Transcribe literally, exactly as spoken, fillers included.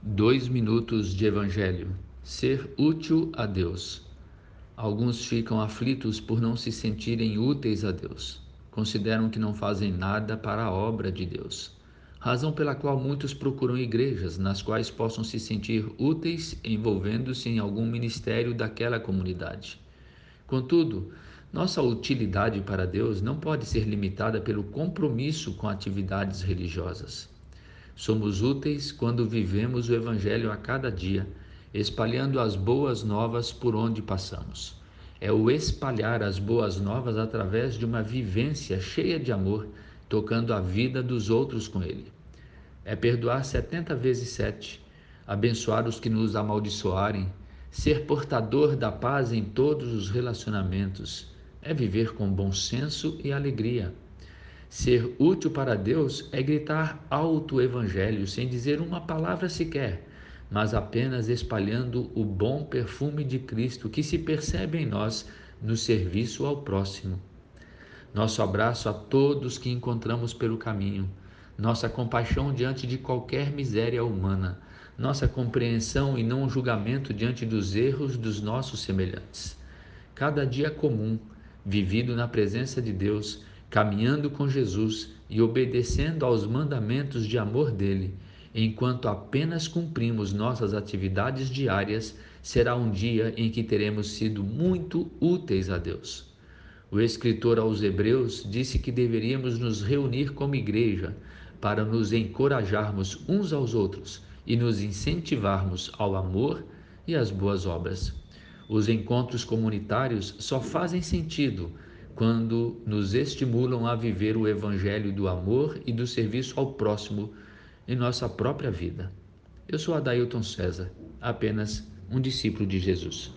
Dois minutos de Evangelho. Ser útil a Deus. Alguns ficam aflitos por não se sentirem úteis a Deus. Consideram que não fazem nada para a obra de Deus. Razão pela qual muitos procuram igrejas nas quais possam se sentir úteis, envolvendo-se em algum ministério daquela comunidade. Contudo, nossa utilidade para Deus não pode ser limitada pelo compromisso com atividades religiosas. Somos úteis quando vivemos o Evangelho a cada dia, espalhando as boas novas por onde passamos. É o espalhar as boas novas através de uma vivência cheia de amor, tocando a vida dos outros com ele. É perdoar setenta vezes sete, abençoar os que nos amaldiçoarem, ser portador da paz em todos os relacionamentos. É viver com bom senso e alegria. Ser útil para Deus é gritar alto o Evangelho sem dizer uma palavra sequer, mas apenas espalhando o bom perfume de Cristo que se percebe em nós no serviço ao próximo. Nosso abraço a todos que encontramos pelo caminho, nossa compaixão diante de qualquer miséria humana, nossa compreensão e não julgamento diante dos erros dos nossos semelhantes. Cada dia comum, vivido na presença de Deus, caminhando com Jesus e obedecendo aos mandamentos de amor dele, enquanto apenas cumprimos nossas atividades diárias, será um dia em que teremos sido muito úteis a Deus. O escritor aos Hebreus disse que deveríamos nos reunir como igreja para nos encorajarmos uns aos outros e nos incentivarmos ao amor e às boas obras. Os encontros comunitários só fazem sentido quando nos estimulam a viver o evangelho do amor e do serviço ao próximo em nossa própria vida. Eu sou Adailton César, apenas um discípulo de Jesus.